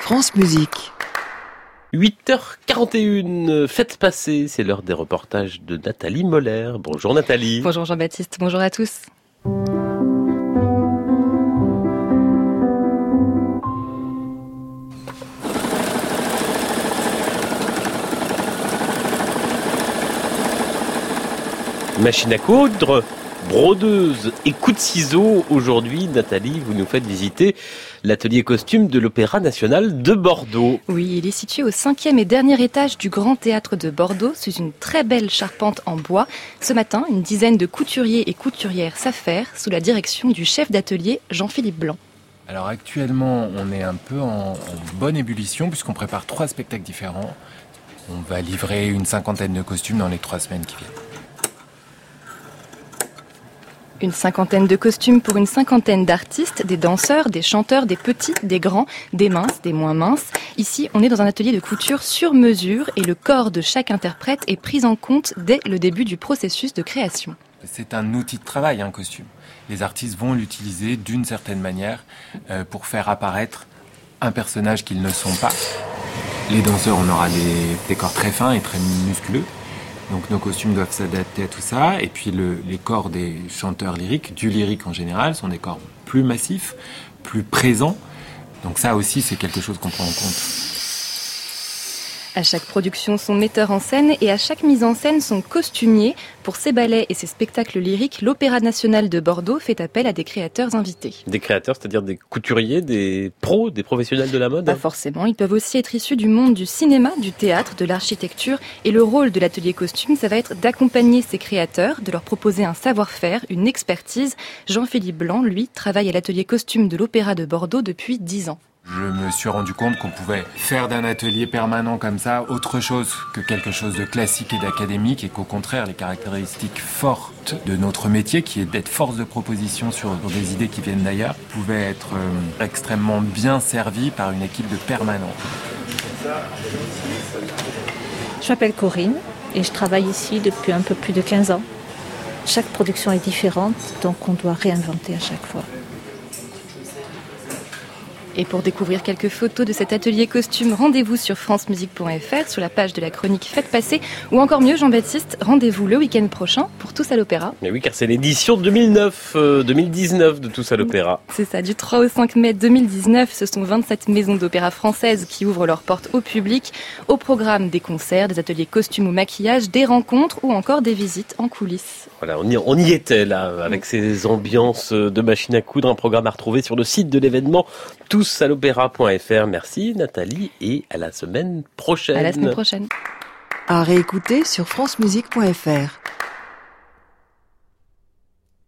France Musique. 8h41, faites passer, c'est l'heure des reportages de Nathalie Moller. Bonjour Nathalie. Bonjour Jean-Baptiste, bonjour à tous. Machine à coudre, brodeuse et coup de ciseaux. Aujourd'hui, Nathalie, vous nous faites visiter l'atelier costume de l'Opéra National de Bordeaux. Oui, il est situé au 5e et dernier étage du Grand Théâtre de Bordeaux, sous une très belle charpente en bois. Ce matin, une dizaine de couturiers et couturières s'affairent sous la direction du chef d'atelier Jean-Philippe Blanc. Alors actuellement, on est un peu en bonne ébullition puisqu'on prépare 3 spectacles différents. On va livrer une 50aine de costumes dans les 3 semaines qui viennent. Une 50aine de costumes pour une 50aine d'artistes, des danseurs, des chanteurs, des petits, des grands, des minces, des moins minces. Ici, on est dans un atelier de couture sur mesure et le corps de chaque interprète est pris en compte dès le début du processus de création. C'est un outil de travail, un costume. Les artistes vont l'utiliser d'une certaine manière pour faire apparaître un personnage qu'ils ne sont pas. Les danseurs, on aura des corps très fins et très musculeux. Donc nos costumes doivent s'adapter à tout ça. Et puis les corps des chanteurs lyriques, du lyrique en général, sont des corps plus massifs, plus présents. Donc ça aussi, c'est quelque chose qu'on prend en compte. À chaque production, son metteur en scène et à chaque mise en scène, son costumier. Pour ses ballets et ses spectacles lyriques, l'Opéra National de Bordeaux fait appel à des créateurs invités. Des créateurs, c'est-à-dire des couturiers, des pros, des professionnels de la mode? Pas forcément, ils peuvent aussi être issus du monde du cinéma, du théâtre, de l'architecture. Et le rôle de l'atelier costume, ça va être d'accompagner ces créateurs, de leur proposer un savoir-faire, une expertise. Jean-Philippe Blanc, lui, travaille à l'atelier costume de l'Opéra de Bordeaux depuis 10 ans. Je me suis rendu compte qu'on pouvait faire d'un atelier permanent comme ça autre chose que quelque chose de classique et d'académique et qu'au contraire, les caractéristiques fortes de notre métier, qui est d'être force de proposition sur des idées qui viennent d'ailleurs, pouvaient être extrêmement bien servies par une équipe de permanents. Je m'appelle Corinne et je travaille ici depuis un peu plus de 15 ans. Chaque production est différente, donc on doit réinventer à chaque fois. Et pour découvrir quelques photos de cet atelier costume, rendez-vous sur francemusique.fr, sur la page de la chronique Faites passer, ou encore mieux, Jean-Baptiste, rendez-vous le week-end prochain pour Tous à l'Opéra. Mais oui, car c'est l'édition 2019 de Tous à l'Opéra. C'est ça, du 3 au 5 mai 2019, ce sont 27 maisons d'opéra françaises qui ouvrent leurs portes au public. Au programme, des concerts, des ateliers costumes ou maquillage, des rencontres ou encore des visites en coulisses. Voilà, on y était là, avec ces ambiances de machine à coudre, un programme à retrouver sur le site de l'événement tousalopéra.fr. Merci Nathalie et à la semaine prochaine. À la semaine prochaine. À réécouter sur francemusique.fr.